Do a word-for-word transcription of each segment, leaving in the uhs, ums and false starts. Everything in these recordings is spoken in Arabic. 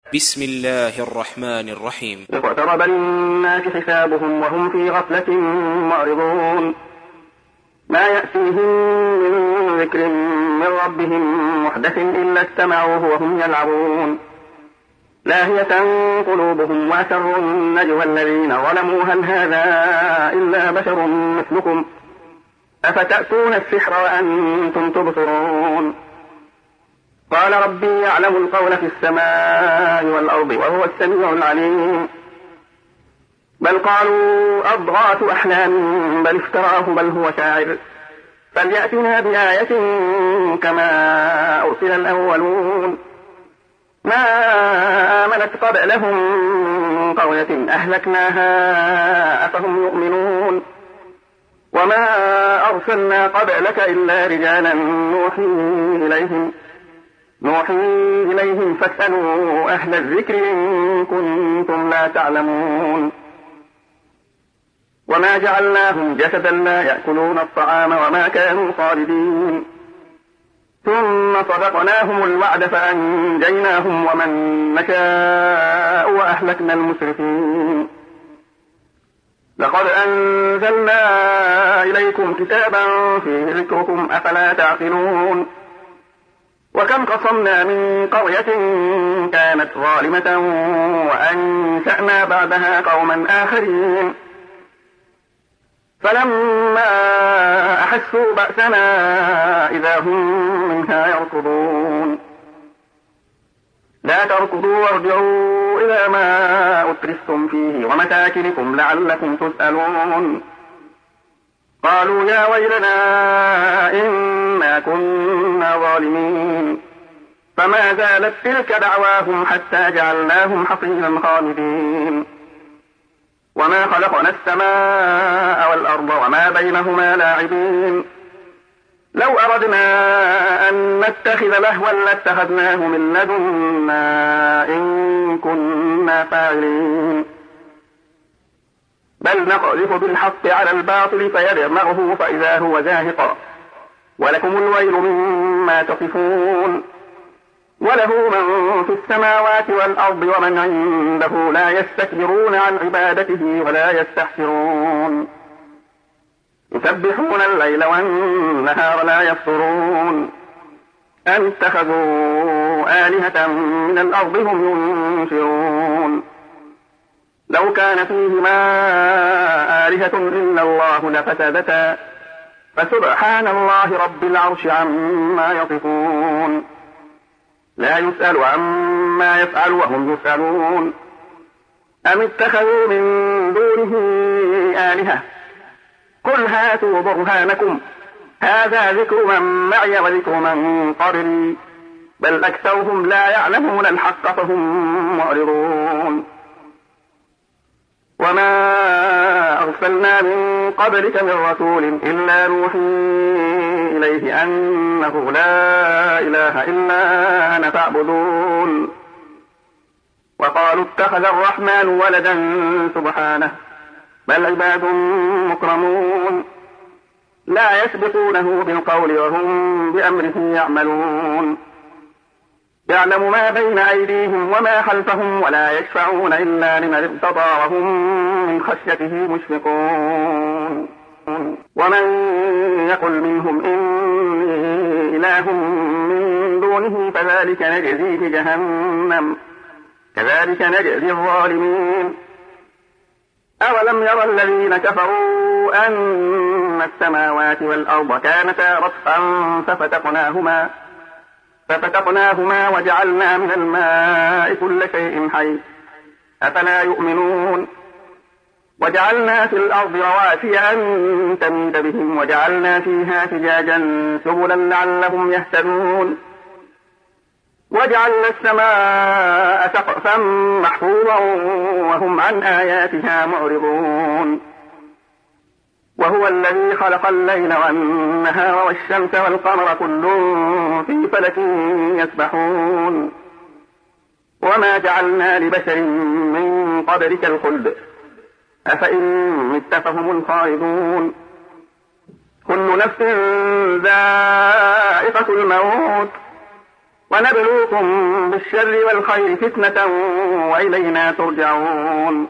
بسم الله الرحمن الرحيم. اقترب للناس حسابهم وهم في غفلة معرضون ما يأتيهم من ذكر من ربهم محدث إلا استمعوه وهم يلعبون لاهية قلوبهم وأسروا النجوى الذين ظلموا هل هذا إلا بشر مثلكم أفتأتون السحر وأنتم تبصرون قال ربي يعلم القول في السماء والأرض وهو السميع العليم بل قالوا أضغاث أحلام بل افتراه بل هو شاعر فليأتنا بآية كما أرسل الأولون ما آمنت قبلهم قرية أهلكناها أفهم يؤمنون وما أرسلنا قبلك إلا رجالا نوحي إليهم نوحي إليهم فاسألوا أهل الذكر إن كنتم لا تعلمون وما جعلناهم جسدا لا يأكلون الطعام وما كانوا خالدين ثم صدقناهم الوعد فأنجيناهم ومن نشاء وأهلكنا المسرفين لقد أنزلنا إليكم كتابا فيه ذكركم أفلا تعقلون وكم قصمنا من قرية كانت ظالمة وأنشأنا بعدها قوما آخرين فلما أحسوا بأسنا إذا هم منها يركضون لا تركضوا وارجعوا إلى ما أترفتم فيه ومساكنكم لعلكم تسألون قالوا يا ويلنا إنا كنا ظالمين فما زالت تلك دعواهم حتى جعلناهم حصيدا خالدين وما خلقنا السماء والأرض وما بينهما لاعبين لو أردنا أن نتخذ لهوا لاتخذناه من لدنا إن كنا فاعلين بل نقذف بالحق على الباطل فيدمغه فإذا هو زاهق ولكم الويل مما تصفون وله من في السماوات والأرض ومن عنده لا يستكبرون عن عبادته ولا يستحسرون يسبحون الليل والنهار لا يفترون أم اتخذوا آلهة من الأرض هم ينشرون لو كان فيهما آلهة إلا الله لفسدتا فسبحان الله رب العرش عما يصفون لا يسأل عما يفعل وهم يسألون أم اتخذوا من دونه آلهة قل هاتوا برهانكم هذا ذكر من معي وذكر من قبلي بل أكثرهم لا يعلمون الحق فهم معرضون وما أرسلنا من قبلك من رسول إلا نوحي إليه أنه لا إله إلا أنا فاعبدون وقالوا اتخذ الرحمن ولدا سبحانه بل عباد مكرمون لا يسبقونه بالقول وهم بأمره يعملون يعلم ما بين أيديهم وما خلفهم ولا يشفعون إلا لمن ارتضى وهم من خشيته مشفقون ومن يقل منهم إني إله من دونه فذلك نجزيه جهنم كذلك نجزي الظالمين أولم يرى الذين كفروا أن السماوات والأرض كانتا رتقا ففتقناهما ففتقناهما وجعلنا من الماء كل شيء حي أفلا يؤمنون وجعلنا في الأرض رواسي أن تميد بهم وجعلنا فيها فجاجا سبلا لعلهم يهتدون وجعلنا السماء سقفا محفوظا وهم عن آياتها معرضون وهو الذي خلق الليل والنهار والشمس والقمر كل في فلك يسبحون وما جعلنا لبشر من قبلك الخلد أفإن مت فهم الخالدون كل نفس ذائقة الموت ونبلوكم بالشر والخير فتنة وإلينا ترجعون.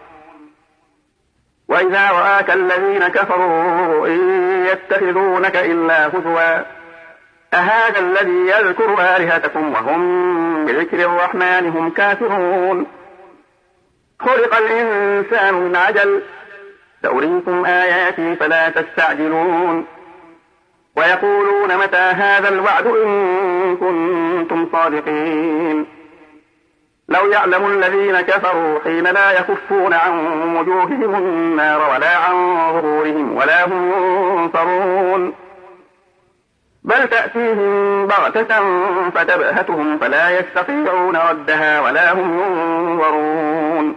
وإذا رآك الذين كفروا إن يتخذونك إلا هزوا أهذا الذي يذكر آلهتكم وهم بذكر الرحمن هم كافرون. خلق الإنسان من عجل سأريكم آياتي فلا تستعجلون. ويقولون متى هذا الوعد إن كنتم صادقين. لو يعلم الذين كفروا حين لا يكفون عن وجوههم النار ولا عن ظهورهم ولا هم ينصرون بل تأتيهم بغتة فتبهتهم فلا يستطيعون ردها ولا هم ينظرون.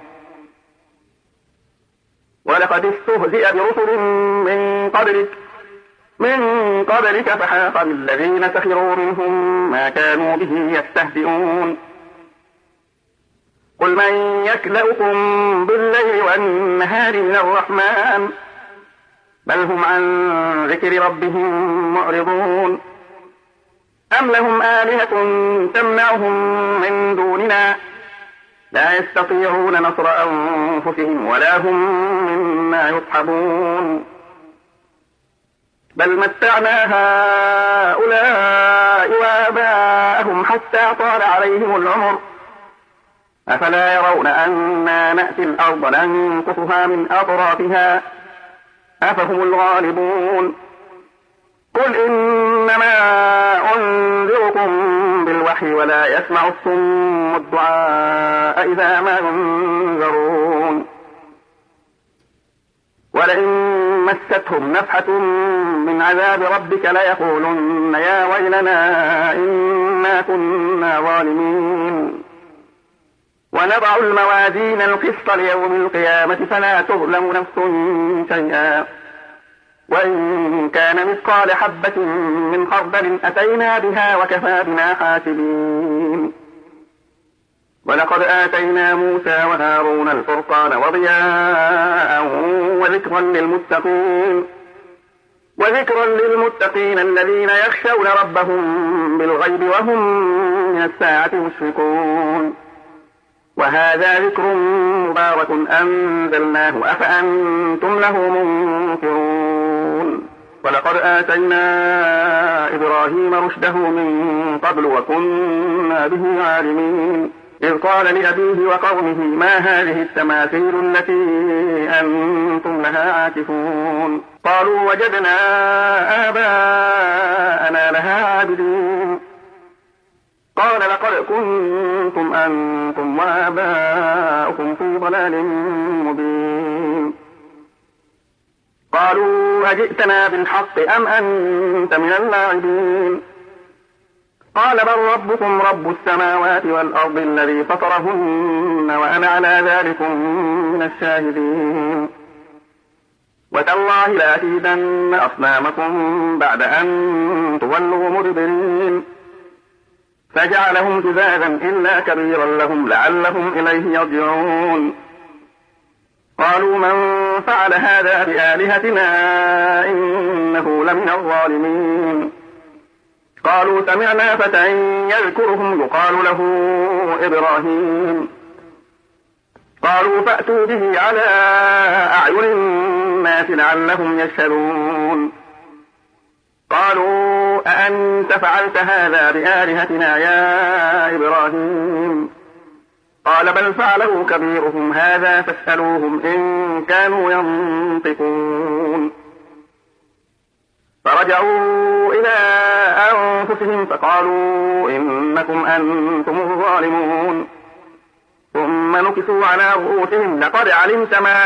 ولقد استهزئ برسل من قبلك من قبلك فحاق بالذين سخروا منهم ما كانوا به يستهزئون. قل من يكلؤكم بالليل والنهار من الرحمن بل هم عن ذكر ربهم معرضون. أم لهم آلهة تمنعهم من دوننا لا يستطيعون نصر أنفسهم ولا هم مما يصحبون. بل متعنا هؤلاء وآباءهم حتى طال عليهم العمر أفلا يرون أنا نأتي الأرض ننقصها من أطرافها أفهم الغالبون. قل إنما أنذركم بالوحي ولا يسمع الصم الدعاء إذا ما ينذرون. ولئن مستهم نفحة من عذاب ربك ليقولن يا ويلنا إنا كنا ظالمين. ونضع الموازين القسط ليوم القيامة فلا تظلم نفس شيئا وإن كان مثقال حبة من خردل أتينا بها وكفى بنا حاسبين. ولقد آتينا موسى وهارون الفرقان وضياء وذكرا للمتقين وذكرا للمتقين الذين يخشون ربهم بالغيب وهم من الساعة مشفقون. وهذا ذكر مبارك أنزلناه أفأنتم له منكرون. ولقد آتينا إبراهيم رشده من قبل وكنا به عالمين. إذ قال لأبيه وقومه ما هذه التماثيل التي أنتم لها عاكفون. قالوا وجدنا آباءنا لها عابدين. قال لقد كنتم أنتم وآباؤكم في ضلال مبين. قالوا أجئتنا بالحق أم أنت من اللاعبين. قال بل ربكم رب السماوات والأرض الذي فطرهن وأنا على ذلكم من الشاهدين. وتالله لأكيدن أصنامكم بعد أن تولوا مدبرين. فجعلهم جذاذا إلا كبيرا لهم لعلهم إليه يرجعون. قالوا من فعل هذا بآلهتنا إنه لمن الظالمين. قالوا سمعنا فتى يذكرهم يقال له إبراهيم. قالوا فأتوا به على أعين الناس لعلهم يشهدون. قالوا أأنت فعلت هذا بآلهتنا يا إبراهيم. قال بل فعله كبيرهم هذا فاسألوهم إن كانوا ينطقون. فرجعوا إلى أنفسهم فقالوا إنكم أنتم الظالمون. ثم نكسوا على رؤوسهم لقد علمت ما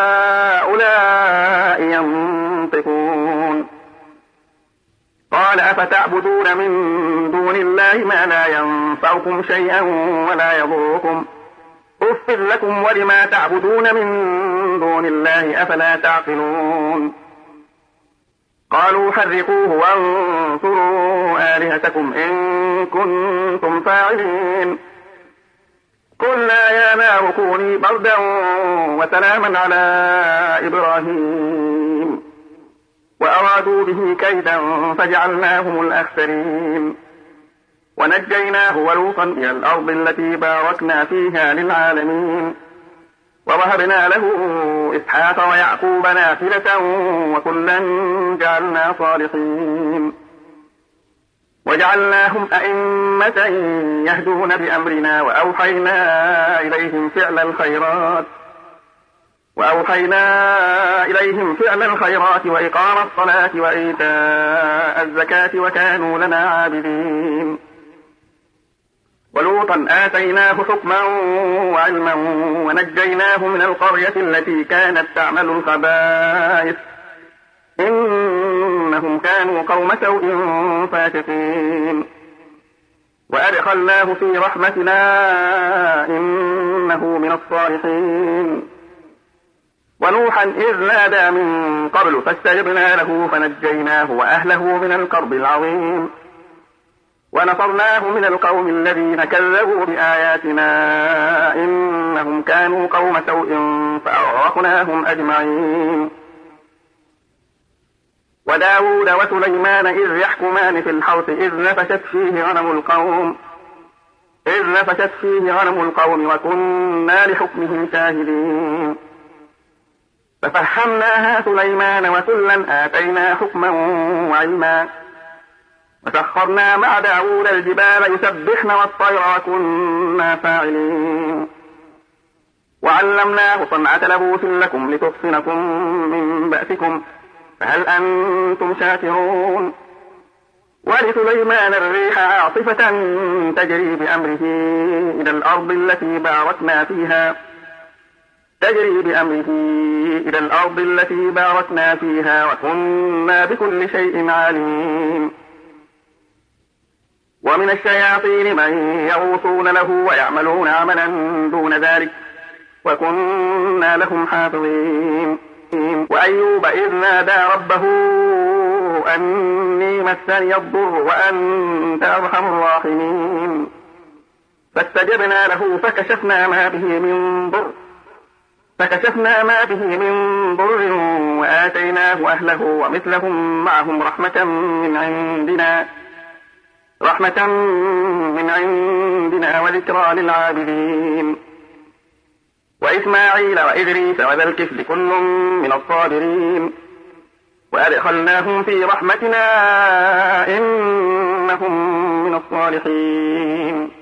هؤلاء ينطقون. قال أفتعبدون من دون الله ما لا ينفعكم شيئا ولا يضركم أف لكم ولما تعبدون من دون الله أفلا تعقلون. قالوا حرقوه وانصروا آلهتكم إن كنتم فاعلين. قلنا يا نار كوني بردا وسلاما على إبراهيم وأرادوا به كيدا فجعلناهم الأخسرين. ونجيناه ولوطا إلى الأرض التي باركنا فيها للعالمين ووهبنا له إسحاق ويعقوب نافلة وكلا جعلنا صالحين وجعلناهم أئمة يهدون بأمرنا وأوحينا إليهم فعل الخيرات وأوحينا إليهم فعل الخيرات وإقام الصلاة وإيتاء الزكاة وكانوا لنا عابدين ولوطا آتيناه حكما وعلما ونجيناه من القرية التي كانت تعمل الخبائث إنهم كانوا قوم سوء فاسقين وأدخلناه في رحمتنا إنه من الصالحين ونوحا إذ نادى من قبل فاستجبنا له فنجيناه وأهله من الكرب العظيم ونصرناه من القوم الذين كذبوا بآياتنا إنهم كانوا قوم سوء فأغرقناهم أجمعين وداود وسليمان إذ يحكمان في الحرث إذ نفشت فيه غنم القوم إذ نفشت فيه غنم القوم وكنا لحكمهم شاهدين ففهمناها سليمان وكلا آتينا حكما وعلما وسخرنا مع داود الجبال يسبحن والطير وكنا فاعلين وعلمناه صنعة لبوس لكم لتحصنكم من بأسكم فهل أنتم شاكرون ولسليمان الريح عاصفة تجري بأمره إلى الأرض التي باركنا فيها تجري بأمره إلى الأرض التي باركنا فيها وكنا بكل شيء عالمين ومن الشياطين من يغوصون له ويعملون عملا دون ذلك وكنا لهم حافظين وأيوب إذ نادى ربه أني مسني الضر وأنت أرحم الراحمين فاستجبنا له فكشفنا ما به من ضر فكشفنا ما به من ضر وآتيناه أهله ومثلهم معهم رحمة من عندنا رحمة من عندنا وذكرى للعابدين وإسماعيل وإدريس وذا الكفل كل من الصابرين وأدخلناهم في رحمتنا إنهم من الصالحين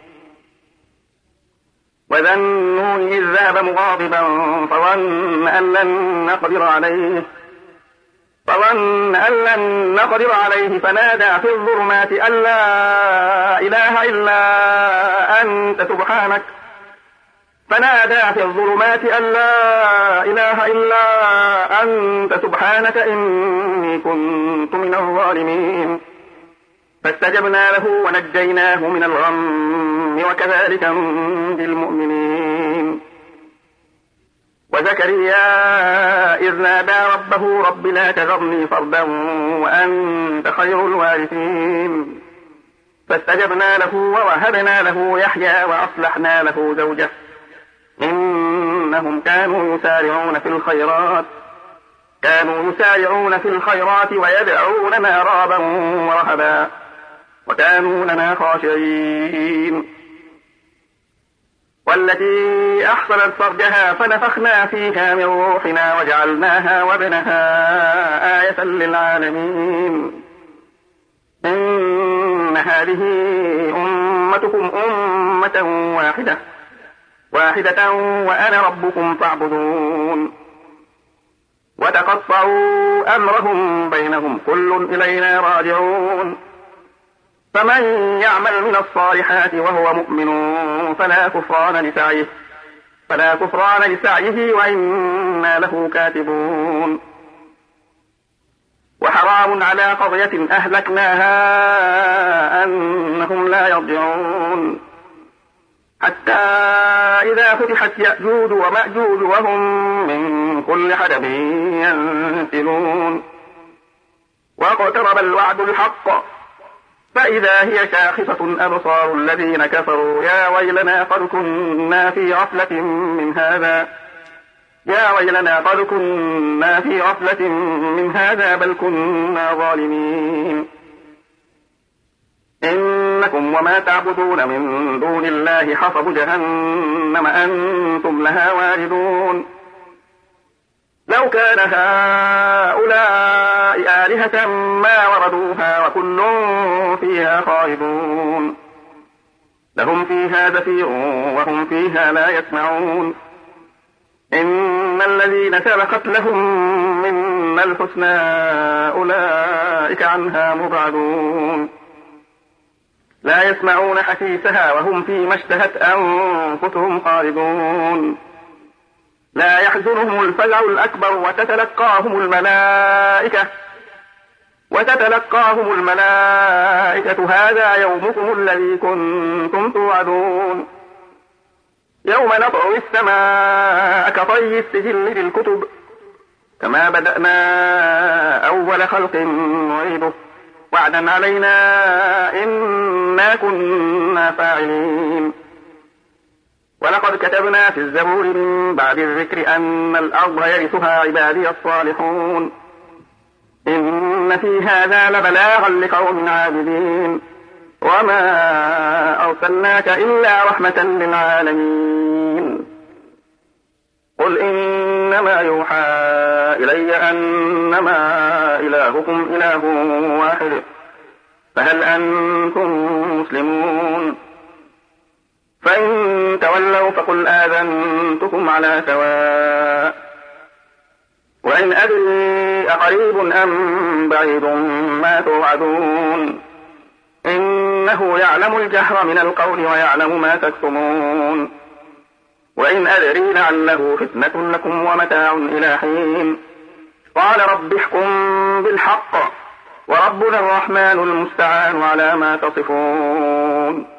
وذا النون إذ ذهب مغاضبا فظن أن لن نقدر عليه فظن أن لن نقدر عليه فنادى في الظلمات أن لا إله إلا أنت سبحانك فنادى في الظلمات أن لا إله إلا أنت سبحانك إني كنت من الظالمين فاستجبنا له ونجيناه من الغم وكذلك ننجي المؤمنين وزكريا إذ نادى ربه رب لا تذرني فردا وأنت خير الوارثين فاستجبنا له ووهبنا له يحيى وأصلحنا له زوجه إنهم كانوا يسارعون في الخيرات كانوا يسارعون في الخيرات ويدعوننا رغبا ورهبا وكانوا لنا خاشعين والتي أحصنت فرجها فنفخنا فيها من روحنا وجعلناها وابنها آية للعالمين إن هذه أمتكم أمة واحدة واحدة وأنا ربكم فاعبدون وتقطعوا أمرهم بينهم كل إلينا راجعون فمن يعمل من الصالحات وهو مؤمن فلا كفران لسعيه فلا كفران لسعيه وإنا له كاتبون وحرام على قرية أهلكناها أنهم لا يرجعون حتى إذا فتحت يأجوج ومأجوج وهم من كل حدب ينسلون واقترب الوعد الحق فإذا هي شاخصة أبصار الذين كفروا يا ويلنا قد كنا في غفلة من هذا يا ويلنا قد كنا في غفلة من هذا بل كنا ظالمين إن إنكم وما تعبدون من دون الله حصب جهنم أنتم لها واردون لو كان هؤلاء آلهة ما وردوها وكل فيها خالدون لهم فيها زفير وهم فيها لا يسمعون إن الذين سبقت لهم منا الحسنى أولئك عنها مبعدون لا يسمعون حسيسها وهم فيما اشتهت أنفسهم خالدون لا يحزنهم الفزع الأكبر وتتلقاهم الملائكة وتتلقاهم الملائكة هذا يومكم الذي كنتم توعدون يوم نطوي السماء كطي السجل للكتب كما بدأنا أول خلق نعيده وعدا علينا إنا كنا فاعلين ولقد كتبنا في الزبور من بعد الذكر أن الأرض يرثها عبادي الصالحون إن في هذا لبلاغا لقوم عابدين وما أرسلناك إلا رحمة للعالمين قل إنما يوحى إلي أنما إلهكم إله واحد فهل أنتم مسلمون فإن تولوا فقل آذنتكم على سواء وإن أدري أقريب أم بعيد ما توعدون إنه يعلم الجهر من القول ويعلم ما تكتمون وإن أدري لعله فتنة لكم ومتاع إلى حين قال رب احكم بالحق وربنا الرحمن المستعان على ما تصفون